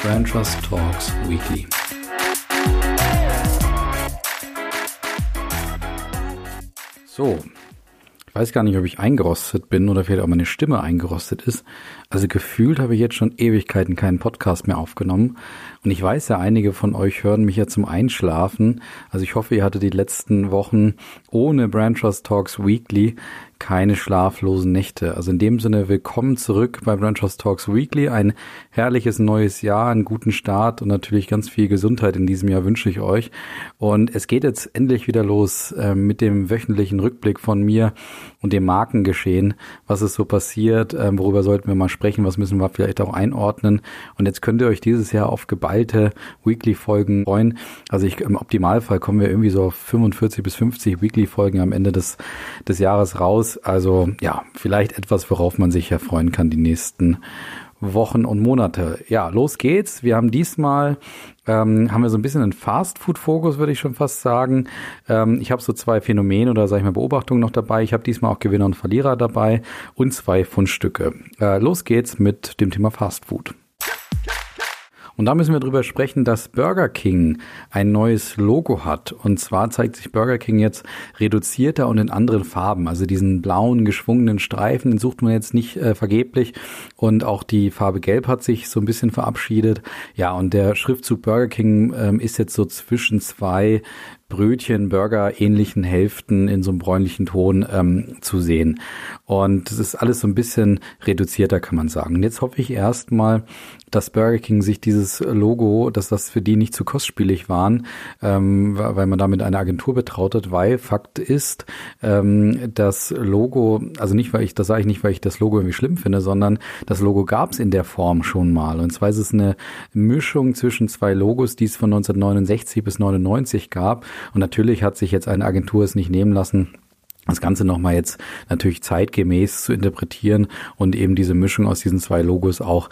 Brand Trust Talks Weekly. So, ich weiß gar nicht, ob ich eingerostet bin oder vielleicht auch meine Stimme eingerostet ist. Also gefühlt habe ich jetzt schon Ewigkeiten keinen Podcast mehr aufgenommen. Und ich weiß ja, einige von euch hören mich ja zum Einschlafen. Also ich hoffe, ihr hattet die letzten Wochen ohne Brand Trust Talks Weekly keine schlaflosen Nächte. Also in dem Sinne, willkommen zurück bei Brand Trust Talks Weekly. Ein herrliches neues Jahr, einen guten Start und natürlich ganz viel Gesundheit in diesem Jahr wünsche ich euch. Und es geht jetzt endlich wieder los mit dem wöchentlichen Rückblick von mir und dem Markengeschehen. Was ist so passiert? Worüber sollten wir mal sprechen? Was müssen wir vielleicht auch einordnen? Und jetzt könnt ihr euch dieses Jahr auf geballte Weekly-Folgen freuen. Also im Optimalfall kommen wir irgendwie so auf 45 bis 50 Weekly-Folgen am Ende des Jahres raus. Also ja, vielleicht etwas, worauf man sich ja freuen kann die nächsten Wochen und Monate. Ja, los geht's. Wir haben diesmal haben wir so ein bisschen einen Fast-Food-Fokus, würde ich schon fast sagen. Ich habe so zwei Phänomene oder sage ich mal Beobachtungen noch dabei. Ich habe diesmal auch Gewinner und Verlierer dabei und zwei Fundstücke. Los geht's mit dem Thema Fast-Food. Und da müssen wir drüber sprechen, dass Burger King ein neues Logo hat. Und zwar zeigt sich Burger King jetzt reduzierter und in anderen Farben. Also diesen blauen, geschwungenen Streifen, den sucht man jetzt nicht vergeblich. Und auch die Farbe Gelb hat sich so ein bisschen verabschiedet. Ja, und der Schriftzug Burger King ist jetzt so zwischen zwei Brötchen, Burger, ähnlichen Hälften in so einem bräunlichen Ton zu sehen. Und es ist alles so ein bisschen reduzierter, kann man sagen. Und jetzt hoffe ich erstmal, dass Burger King sich dieses Logo, dass das für die nicht zu kostspielig waren, weil man damit eine Agentur betraut hat, weil Fakt ist, das Logo, also nicht, das sage ich nicht, weil ich das Logo irgendwie schlimm finde, sondern das Logo gab es in der Form schon mal. Und zwar ist es eine Mischung zwischen zwei Logos, die es von 1969 bis 99 gab. Und natürlich hat sich jetzt eine Agentur es nicht nehmen lassen, das Ganze nochmal jetzt natürlich zeitgemäß zu interpretieren und eben diese Mischung aus diesen zwei Logos auch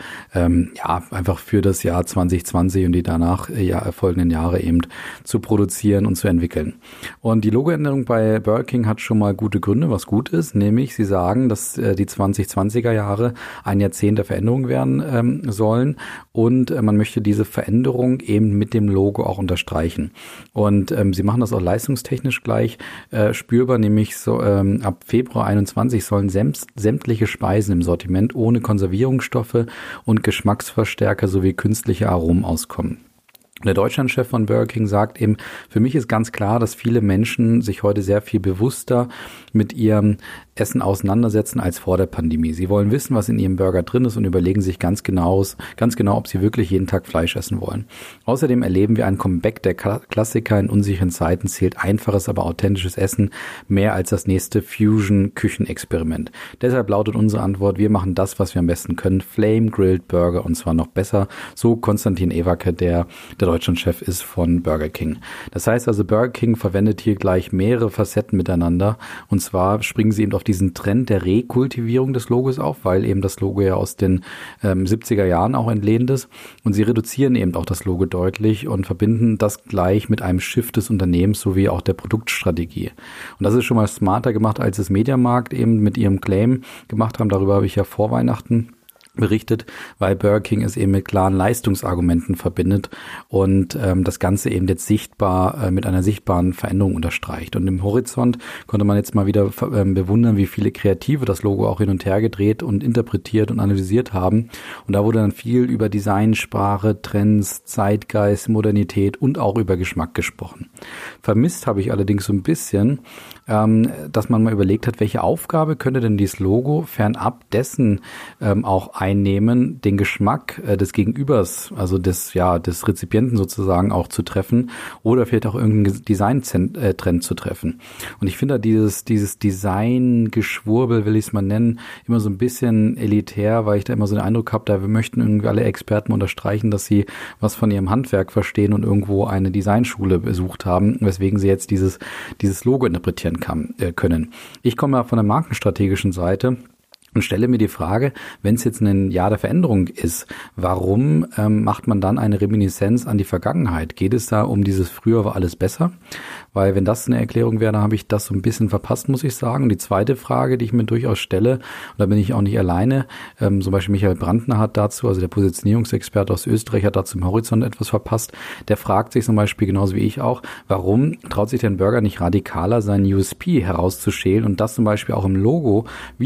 einfach für das Jahr 2020 und die danach erfolgenden Jahre eben zu produzieren und zu entwickeln. Und die Logoänderung bei Burger King hat schon mal gute Gründe, was gut ist, nämlich sie sagen, dass die 2020er Jahre ein Jahrzehnt der Veränderung werden sollen und man möchte diese Veränderung eben mit dem Logo auch unterstreichen. Und sie machen das auch leistungstechnisch gleich spürbar, nämlich ab Februar 21 sollen sämtliche Speisen im Sortiment ohne Konservierungsstoffe und Geschmacksverstärker sowie künstliche Aromen auskommen. Der Deutschlandchef von Burger King sagt eben, für mich ist ganz klar, dass viele Menschen sich heute sehr viel bewusster mit ihrem Essen auseinandersetzen als vor der Pandemie. Sie wollen wissen, was in ihrem Burger drin ist und überlegen sich ganz genau, ob sie wirklich jeden Tag Fleisch essen wollen. Außerdem erleben wir ein Comeback der Klassiker. In unsicheren Zeiten zählt einfaches, aber authentisches Essen mehr als das nächste Fusion-Küchenexperiment. Deshalb lautet unsere Antwort, wir machen das, was wir am besten können, Flame-Grilled Burger und zwar noch besser. So Konstantin Ewacke, der Deutschlandchef ist von Burger King. Das heißt also, Burger King verwendet hier gleich mehrere Facetten miteinander und zwar springen sie eben auf diesen Trend der Rekultivierung des Logos auf, weil eben das Logo ja aus den 70er Jahren auch entlehnt ist und sie reduzieren eben auch das Logo deutlich und verbinden das gleich mit einem Shift des Unternehmens sowie auch der Produktstrategie. Und das ist schon mal smarter gemacht, als es Mediamarkt eben mit ihrem Claim gemacht haben. Darüber habe ich ja vor Weihnachten berichtet, weil Burger King es eben mit klaren Leistungsargumenten verbindet und das Ganze eben jetzt sichtbar mit einer sichtbaren Veränderung unterstreicht. Und im Horizont konnte man jetzt mal wieder bewundern, wie viele Kreative das Logo auch hin und her gedreht und interpretiert und analysiert haben. Und da wurde dann viel über Designsprache, Trends, Zeitgeist, Modernität und auch über Geschmack gesprochen. Vermisst habe ich allerdings so ein bisschen, dass man mal überlegt hat, welche Aufgabe könnte denn dieses Logo fernab dessen auch einnehmen, den Geschmack des Gegenübers, also des Rezipienten sozusagen auch zu treffen oder vielleicht auch irgendeinen Design-Trend zu treffen. Und ich finde dieses Design-Geschwurbel, will ich es mal nennen, immer so ein bisschen elitär, weil ich da immer so den Eindruck habe, da möchten irgendwie alle Experten unterstreichen, dass sie was von ihrem Handwerk verstehen und irgendwo eine Designschule besucht haben, weswegen sie jetzt dieses Logo interpretieren können. Ich komme ja von der markenstrategischen Seite und stelle mir die Frage, wenn es jetzt ein Jahr der Veränderung ist, warum macht man dann eine Reminiszenz an die Vergangenheit? Geht es da um dieses früher war alles besser? weil wenn das eine Erklärung wäre, dann habe ich das so ein bisschen verpasst, muss ich sagen. Und die zweite Frage, die ich mir durchaus stelle, und da bin ich auch nicht alleine, zum Beispiel Michael Brandner hat dazu, also der Positionierungsexperte aus Österreich, hat dazu im Horizont etwas verpasst. Der fragt sich zum Beispiel genauso wie ich auch, warum traut sich denn Burger nicht radikaler, seinen USP herauszuschälen und das zum Beispiel auch im Logo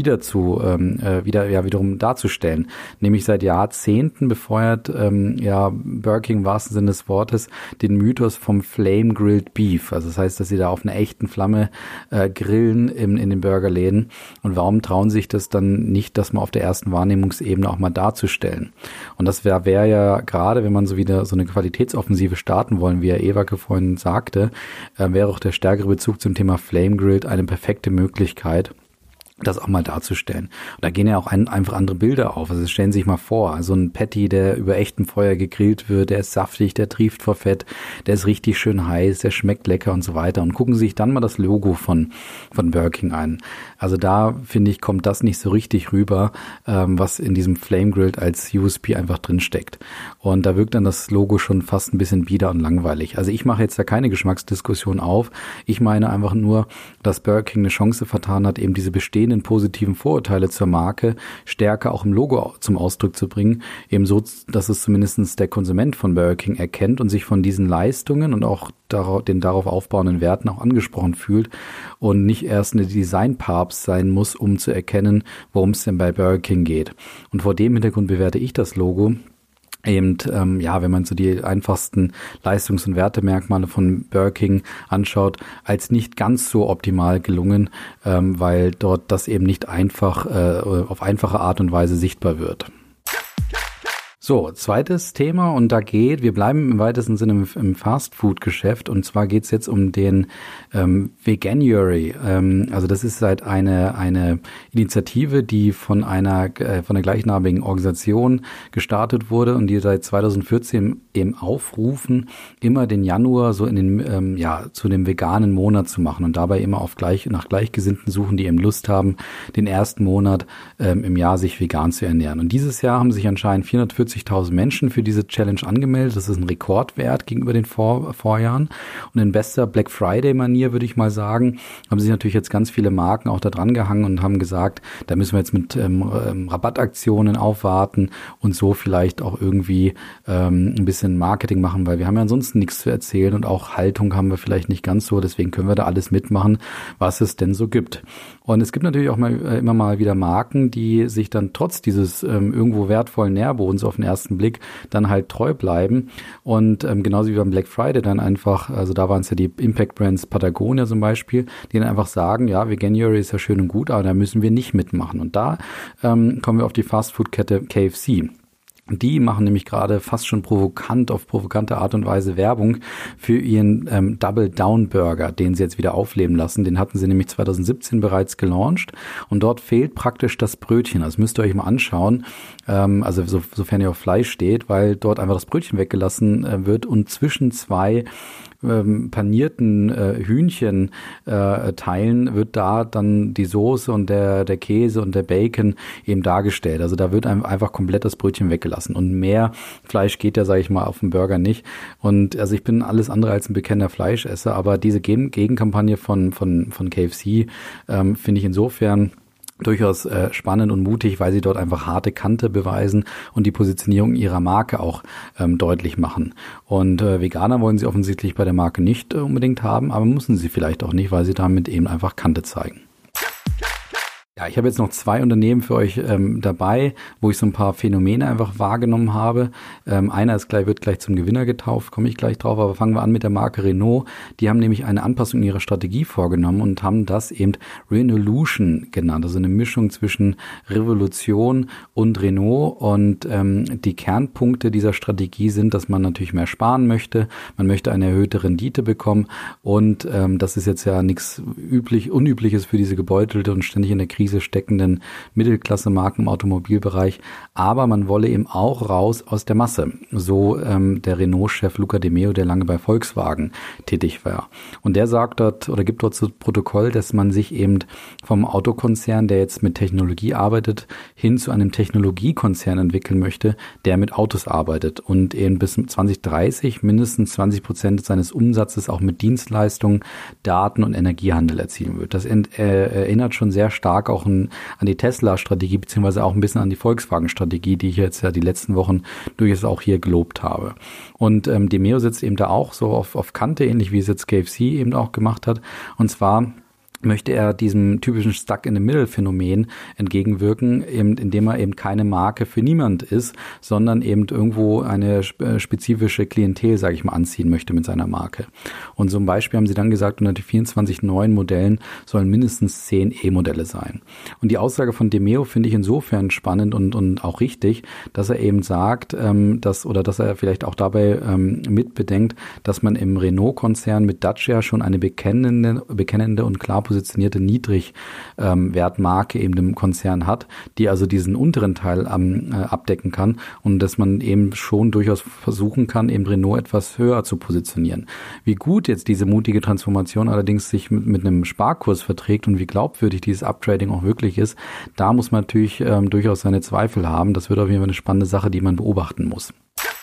wiederum darzustellen. Nämlich seit Jahrzehnten befeuert Burger King im wahrsten Sinne des Wortes den Mythos vom Flame Grilled Beef. Also das heißt, dass sie da auf einer echten Flamme grillen in den Burgerläden. Und warum trauen sich das dann nicht, das mal auf der ersten Wahrnehmungsebene auch mal darzustellen? Und das wäre ja gerade, wenn man so wieder so eine Qualitätsoffensive starten wollen, wie Herr Ewacke vorhin sagte, wäre auch der stärkere Bezug zum Thema Flame Grilled eine perfekte Möglichkeit, das auch mal darzustellen. Und da gehen ja auch einfach andere Bilder auf. Also stellen Sie sich mal vor, so ein Patty, der über echtem Feuer gegrillt wird, der ist saftig, der trieft vor Fett, der ist richtig schön heiß, der schmeckt lecker und so weiter. Und gucken Sie sich dann mal das Logo von Burger King an. Also da, finde ich, kommt das nicht so richtig rüber, was in diesem Flame Grilled als USP einfach drinsteckt. Und da wirkt dann das Logo schon fast ein bisschen bieder und langweilig. Also ich mache jetzt da keine Geschmacksdiskussion auf. Ich meine einfach nur, dass Burger King eine Chance vertan hat, eben diese bestehenden positiven Vorurteile zur Marke stärker auch im Logo zum Ausdruck zu bringen, eben so, dass es zumindest der Konsument von Burger King erkennt und sich von diesen Leistungen und auch den darauf aufbauenden Werten auch angesprochen fühlt und nicht erst eine Design-Papst sein muss, um zu erkennen, worum es denn bei Burger King geht. Und vor dem Hintergrund bewerte ich das Logo eben, wenn man so die einfachsten Leistungs- und Wertemerkmale von Burger King anschaut, als nicht ganz so optimal gelungen, weil dort das eben nicht einfach auf einfache Art und Weise sichtbar wird. So, zweites Thema und wir bleiben im weitesten Sinne im Fast-Food-Geschäft und zwar geht's jetzt um den Veganuary. Also das ist halt eine Initiative, die von der gleichnamigen Organisation gestartet wurde und die seit 2014 eben aufrufen, immer den Januar so zu dem veganen Monat zu machen und dabei immer nach Gleichgesinnten suchen, die eben Lust haben, den ersten Monat im Jahr sich vegan zu ernähren. Und dieses Jahr haben sich anscheinend 440.000 Menschen für diese Challenge angemeldet. Das ist ein Rekordwert gegenüber den Vorjahren. Und in bester Black Friday-Manier, würde ich mal sagen, haben sich natürlich jetzt ganz viele Marken auch da dran gehangen und haben gesagt, da müssen wir jetzt mit Rabattaktionen aufwarten und so vielleicht auch irgendwie ein bisschen Marketing machen, weil wir haben ja ansonsten nichts zu erzählen und auch Haltung haben wir vielleicht nicht ganz so. Deswegen können wir da alles mitmachen, was es denn so gibt. Und es gibt natürlich auch immer mal wieder Marken, die sich dann trotz dieses irgendwo wertvollen Nährbodens auf den ersten Blick dann halt treu bleiben und genauso wie beim Black Friday dann einfach, also da waren es ja die Impact Brands Patagonia zum Beispiel, die dann einfach sagen, ja, Veganuary ist ja schön und gut, aber da müssen wir nicht mitmachen. Und da kommen wir auf die Fastfood-Kette KFC. Die machen nämlich gerade fast schon auf provokante Art und Weise Werbung für ihren Double Down Burger, den sie jetzt wieder aufleben lassen. Den hatten sie nämlich 2017 bereits gelauncht und dort fehlt praktisch das Brötchen. Das müsst ihr euch mal anschauen, sofern ihr auf Fleisch steht, weil dort einfach das Brötchen weggelassen wird und zwischen zwei panierten Hühnchenteilen wird da dann die Soße und der Käse und der Bacon eben dargestellt. Also da wird einfach komplett das Brötchen weggelassen und mehr Fleisch geht ja, sage ich mal, auf dem Burger nicht. Und also ich bin alles andere als ein bekennender Fleischesser, aber diese Gegenkampagne von KFC finde ich insofern durchaus spannend und mutig, weil sie dort einfach harte Kante beweisen und die Positionierung ihrer Marke auch deutlich machen. Und Veganer wollen sie offensichtlich bei der Marke nicht unbedingt haben, aber müssen sie vielleicht auch nicht, weil sie damit eben einfach Kante zeigen. Ja, ich habe jetzt noch 2 Unternehmen für euch dabei, wo ich so ein paar Phänomene einfach wahrgenommen habe. Einer wird gleich zum Gewinner getauft, komme ich gleich drauf, aber fangen wir an mit der Marke Renault. Die haben nämlich eine Anpassung in ihrer Strategie vorgenommen und haben das eben Renaulution genannt, also eine Mischung zwischen Revolution und Renault. Und die Kernpunkte dieser Strategie sind, dass man natürlich mehr sparen möchte, man möchte eine erhöhte Rendite bekommen und das ist jetzt ja nichts Unübliches für diese gebeutelte und ständig in der Krise Krise steckenden Mittelklasse-Marken im Automobilbereich, aber man wolle eben auch raus aus der Masse. So der Renault-Chef Luca de Meo, der lange bei Volkswagen tätig war. Und der sagt dort oder gibt dort zu Protokoll, dass man sich eben vom Autokonzern, der jetzt mit Technologie arbeitet, hin zu einem Technologiekonzern entwickeln möchte, der mit Autos arbeitet und eben bis 2030 mindestens 20% seines Umsatzes auch mit Dienstleistungen, Daten und Energiehandel erzielen wird. Das erinnert schon sehr stark auch an die Tesla-Strategie, beziehungsweise auch ein bisschen an die Volkswagen-Strategie, die ich jetzt ja die letzten Wochen durchaus auch hier gelobt habe. Und de Meo sitzt eben da auch so auf Kante, ähnlich wie es jetzt KFC eben auch gemacht hat. Und zwar möchte er diesem typischen Stuck-in-the-Middle-Phänomen entgegenwirken, eben, indem er eben keine Marke für niemand ist, sondern eben irgendwo eine spezifische Klientel, sage ich mal, anziehen möchte mit seiner Marke. Und zum Beispiel haben sie dann gesagt, unter die 24 neuen Modellen sollen mindestens 10 E-Modelle sein. Und die Aussage von de Meo finde ich insofern spannend und auch richtig, dass er eben sagt, dass er vielleicht auch dabei mitbedenkt, dass man im Renault-Konzern mit Dacia schon eine bekennende und klar positionierte Niedrigwertmarke eben im Konzern hat, die also diesen unteren Teil abdecken kann und dass man eben schon durchaus versuchen kann, eben Renault etwas höher zu positionieren. Wie gut jetzt diese mutige Transformation allerdings sich mit einem Sparkurs verträgt und wie glaubwürdig dieses Uptrading auch wirklich ist, da muss man natürlich durchaus seine Zweifel haben. Das wird auf jeden Fall eine spannende Sache, die man beobachten muss.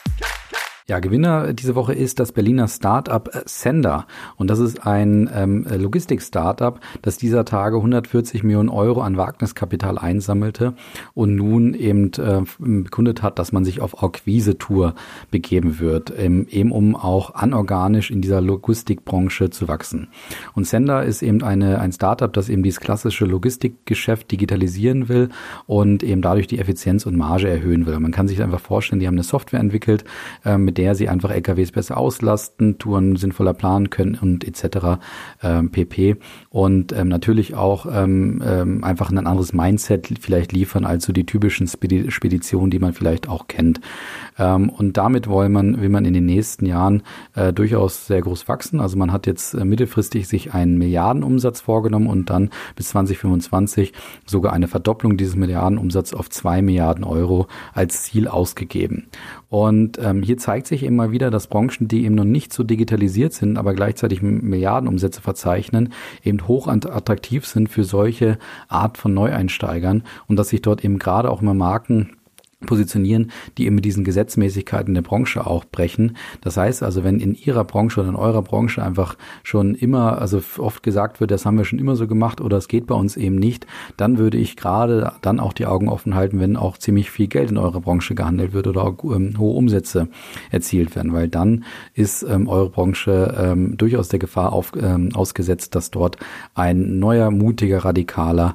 Ja, Gewinner diese Woche ist das Berliner Startup Sennder und das ist ein Logistik-Startup, das dieser Tage 140 Millionen Euro an Wagniskapital einsammelte und nun eben bekundet hat, dass man sich auf Akquise-Tour begeben wird, eben um auch anorganisch in dieser Logistikbranche zu wachsen. Und Sennder ist eben ein Startup, das eben dieses klassische Logistikgeschäft digitalisieren will und eben dadurch die Effizienz und Marge erhöhen will. Man kann sich einfach vorstellen, die haben eine Software entwickelt, mit der sie einfach LKWs besser auslasten, Touren sinnvoller planen können und etc. pp. Und natürlich auch einfach ein anderes Mindset vielleicht liefern als so die typischen Speditionen, die man vielleicht auch kennt. Und damit will man in den nächsten Jahren durchaus sehr groß wachsen. Also man hat jetzt mittelfristig sich einen Milliardenumsatz vorgenommen und dann bis 2025 sogar eine Verdopplung dieses Milliardenumsatzes auf 2 Milliarden Euro als Ziel ausgegeben. Und hier zeigt sich eben mal wieder, dass Branchen, die eben noch nicht so digitalisiert sind, aber gleichzeitig Milliardenumsätze verzeichnen, eben hoch attraktiv sind für solche Art von Neueinsteigern und dass sich dort eben gerade auch immer Marken positionieren, die eben mit diesen Gesetzmäßigkeiten der Branche auch brechen. Das heißt also, wenn in Ihrer Branche oder in eurer Branche einfach schon immer, also oft gesagt wird, das haben wir schon immer so gemacht oder es geht bei uns eben nicht, dann würde ich gerade dann auch die Augen offen halten, wenn auch ziemlich viel Geld in eurer Branche gehandelt wird oder auch hohe Umsätze erzielt werden, weil dann ist eure Branche durchaus der Gefahr ausgesetzt, dass dort ein neuer, mutiger, radikales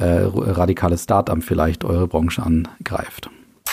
Start-up vielleicht eure Branche angreift.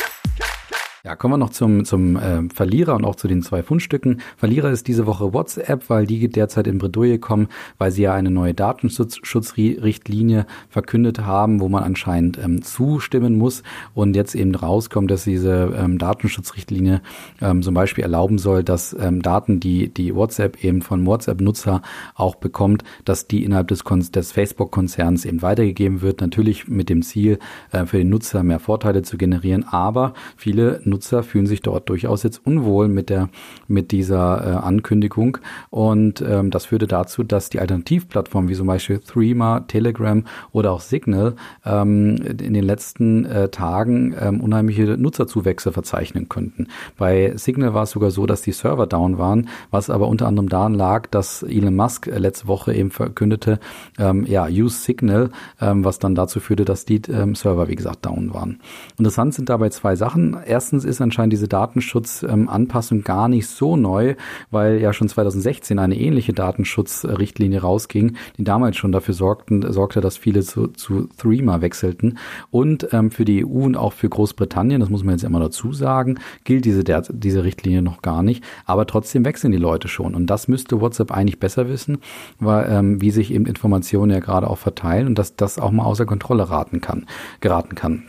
Ja, kommen wir noch zum Verlierer und auch zu den 2 Fundstücken. Verlierer ist diese Woche WhatsApp, weil die derzeit in Bredouille kommen, weil sie ja eine neue Datenschutzrichtlinie verkündet haben, wo man anscheinend zustimmen muss und jetzt eben rauskommt, dass diese Datenschutzrichtlinie zum Beispiel erlauben soll, dass Daten, die WhatsApp eben von WhatsApp-Nutzer auch bekommt, dass die innerhalb des Facebook-Konzerns eben weitergegeben wird, natürlich mit dem Ziel, für den Nutzer mehr Vorteile zu generieren, aber viele Nutzer fühlen sich dort durchaus jetzt unwohl mit dieser Ankündigung und das führte dazu, dass die Alternativplattformen wie zum Beispiel Threema, Telegram oder auch Signal in den letzten Tagen unheimliche Nutzerzuwächse verzeichnen konnten. Bei Signal war es sogar so, dass die Server down waren, was aber unter anderem daran lag, dass Elon Musk letzte Woche eben verkündete, use Signal, was dann dazu führte, dass die Server, wie gesagt, down waren. Interessant sind dabei 2 Sachen. Erstens ist anscheinend diese Datenschutzanpassung gar nicht so neu, weil ja schon 2016 eine ähnliche Datenschutzrichtlinie rausging, die damals schon dafür sorgte, dass viele zu Threema wechselten. Und für die EU und auch für Großbritannien, das muss man jetzt immer dazu sagen, gilt diese Richtlinie noch gar nicht, aber trotzdem wechseln die Leute schon. Und das müsste WhatsApp eigentlich besser wissen, weil, wie sich eben Informationen ja gerade auch verteilen und dass das auch mal außer Kontrolle geraten kann.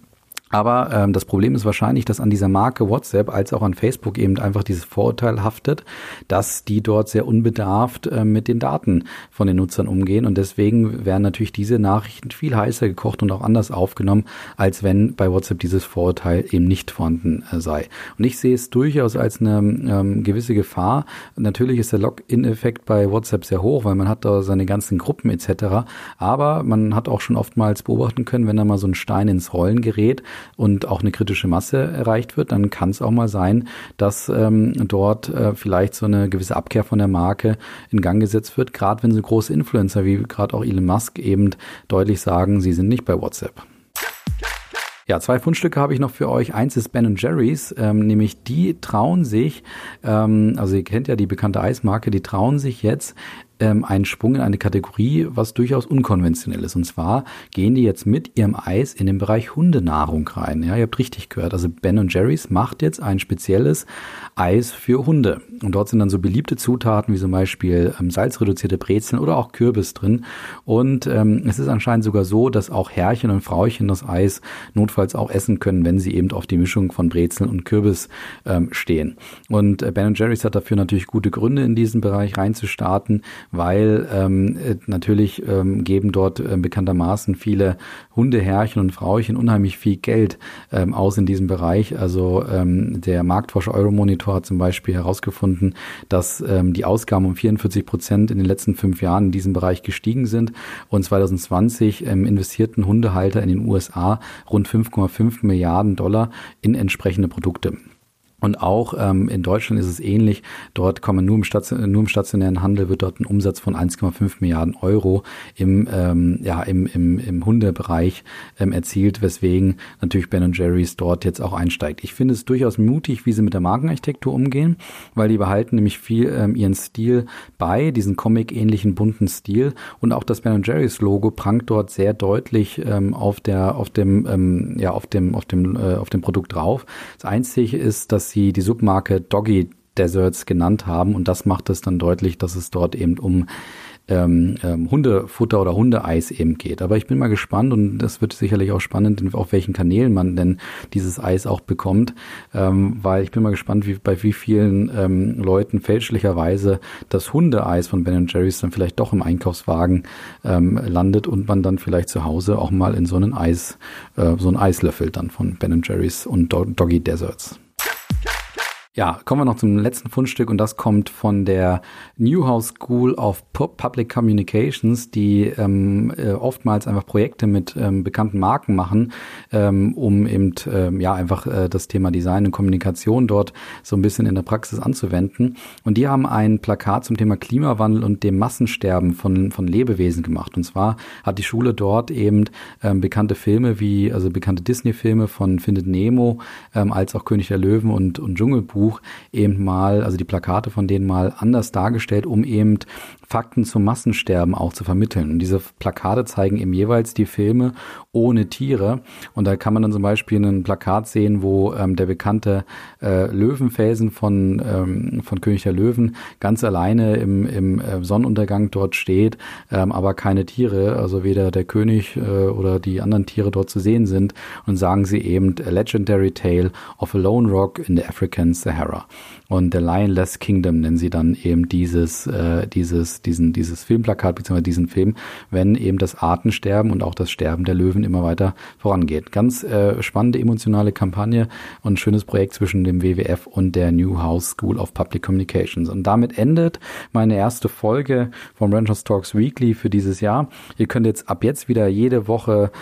Aber das Problem ist wahrscheinlich, dass an dieser Marke WhatsApp als auch an Facebook eben einfach dieses Vorurteil haftet, dass die dort sehr unbedarft mit den Daten von den Nutzern umgehen. Und deswegen werden natürlich diese Nachrichten viel heißer gekocht und auch anders aufgenommen, als wenn bei WhatsApp dieses Vorurteil eben nicht vorhanden sei. Und ich sehe es durchaus als eine gewisse Gefahr. Natürlich ist der Login-Effekt bei WhatsApp sehr hoch, weil man hat da seine ganzen Gruppen etc. Aber man hat auch schon oftmals beobachten können, wenn da mal so ein Stein ins Rollen gerät, und auch eine kritische Masse erreicht wird, dann kann es auch mal sein, dass dort vielleicht so eine gewisse Abkehr von der Marke in Gang gesetzt wird, gerade wenn so große Influencer wie gerade auch Elon Musk eben deutlich sagen, sie sind nicht bei WhatsApp. Ja, 2 Fundstücke habe ich noch für euch. Eins ist Ben & Jerry's, nämlich die trauen sich, also ihr kennt ja die bekannte Eismarke, die trauen sich jetzt einen Sprung in eine Kategorie, was durchaus unkonventionell ist. Und zwar gehen die jetzt mit ihrem Eis in den Bereich Hundenahrung rein. Ja, ihr habt richtig gehört. Also Ben & Jerry's macht jetzt ein spezielles Eis für Hunde. Und dort sind dann so beliebte Zutaten wie zum Beispiel salzreduzierte Brezeln oder auch Kürbis drin. Und es ist anscheinend sogar so, dass auch Herrchen und Frauchen das Eis notfalls auch essen können, wenn sie eben auf die Mischung von Brezeln und Kürbis stehen. Und Ben & Jerry's hat dafür natürlich gute Gründe, in diesen Bereich reinzustarten, weil natürlich geben dort bekanntermaßen viele Hundeherrchen und Frauchen unheimlich viel Geld aus in diesem Bereich. Also der Marktforscher Euromonitor hat zum Beispiel herausgefunden, dass die Ausgaben um 44% in den letzten 5 Jahren in diesem Bereich gestiegen sind und 2020 investierten Hundehalter in den USA rund 5,5 Milliarden Dollar in entsprechende Produkte. Und auch in Deutschland ist es ähnlich. Dort kommen nur im stationären Handel wird dort ein Umsatz von 1,5 Milliarden Euro im Hundebereich erzielt, weswegen natürlich Ben & Jerry's dort jetzt auch einsteigt. Ich finde es durchaus mutig, wie sie mit der Markenarchitektur umgehen, weil die behalten nämlich viel ihren Stil bei, diesen Comic-ähnlichen bunten Stil. Und auch das Ben & Jerry's Logo prangt dort sehr deutlich auf dem Produkt drauf. Das Einzige ist, dass sie die Submarke Doggy Desserts genannt haben und das macht es dann deutlich, dass es dort eben um Hundefutter oder Hundeeis eben geht. Aber ich bin mal gespannt und das wird sicherlich auch spannend, auf welchen Kanälen man denn dieses Eis auch bekommt, weil ich bin mal gespannt, bei wie vielen Leuten fälschlicherweise das Hundeeis von Ben & Jerry's dann vielleicht doch im Einkaufswagen landet und man dann vielleicht zu Hause auch mal in so einen Eislöffel dann von Ben & Jerry's und Doggy Desserts. Ja, kommen wir noch zum letzten Fundstück und das kommt von der Newhouse School of Public Communications, die oftmals einfach Projekte mit bekannten Marken machen, um eben einfach das Thema Design und Kommunikation dort so ein bisschen in der Praxis anzuwenden. Und die haben ein Plakat zum Thema Klimawandel und dem Massensterben von Lebewesen gemacht. Und zwar hat die Schule dort eben bekannte Filme bekannte Disney-Filme von Findet Nemo als auch König der Löwen und Dschungelbuch eben mal, also die Plakate von denen mal anders dargestellt, um eben Fakten zum Massensterben auch zu vermitteln. Und diese Plakate zeigen eben jeweils die Filme ohne Tiere. Und da kann man dann zum Beispiel ein Plakat sehen, wo der bekannte Löwenfelsen von König der Löwen ganz alleine im Sonnenuntergang dort steht, aber keine Tiere, also weder der König oder die anderen Tiere dort zu sehen sind. Und sagen sie eben A Legendary Tale of a Lone Rock in the African Sahara. Und The Lionless Kingdom nennen sie dann eben dieses Filmplakat bzw. diesen Film, wenn eben das Artensterben und auch das Sterben der Löwen immer weiter vorangeht. Ganz spannende, emotionale Kampagne und schönes Projekt zwischen dem WWF und der Newhouse School of Public Communications. Und damit endet meine erste Folge von Branchos Talks Weekly für dieses Jahr. Ihr könnt jetzt ab jetzt wieder jede Woche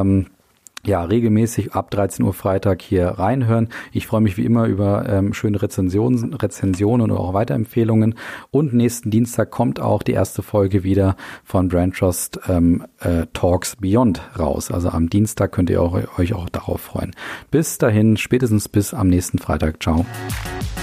regelmäßig ab 13 Uhr Freitag hier reinhören. Ich freue mich wie immer über schöne Rezensionen oder auch Weiterempfehlungen. Und nächsten Dienstag kommt auch die erste Folge wieder von Brand Trust Talks Beyond raus. Also am Dienstag könnt ihr euch auch darauf freuen. Bis dahin, spätestens bis am nächsten Freitag. Ciao.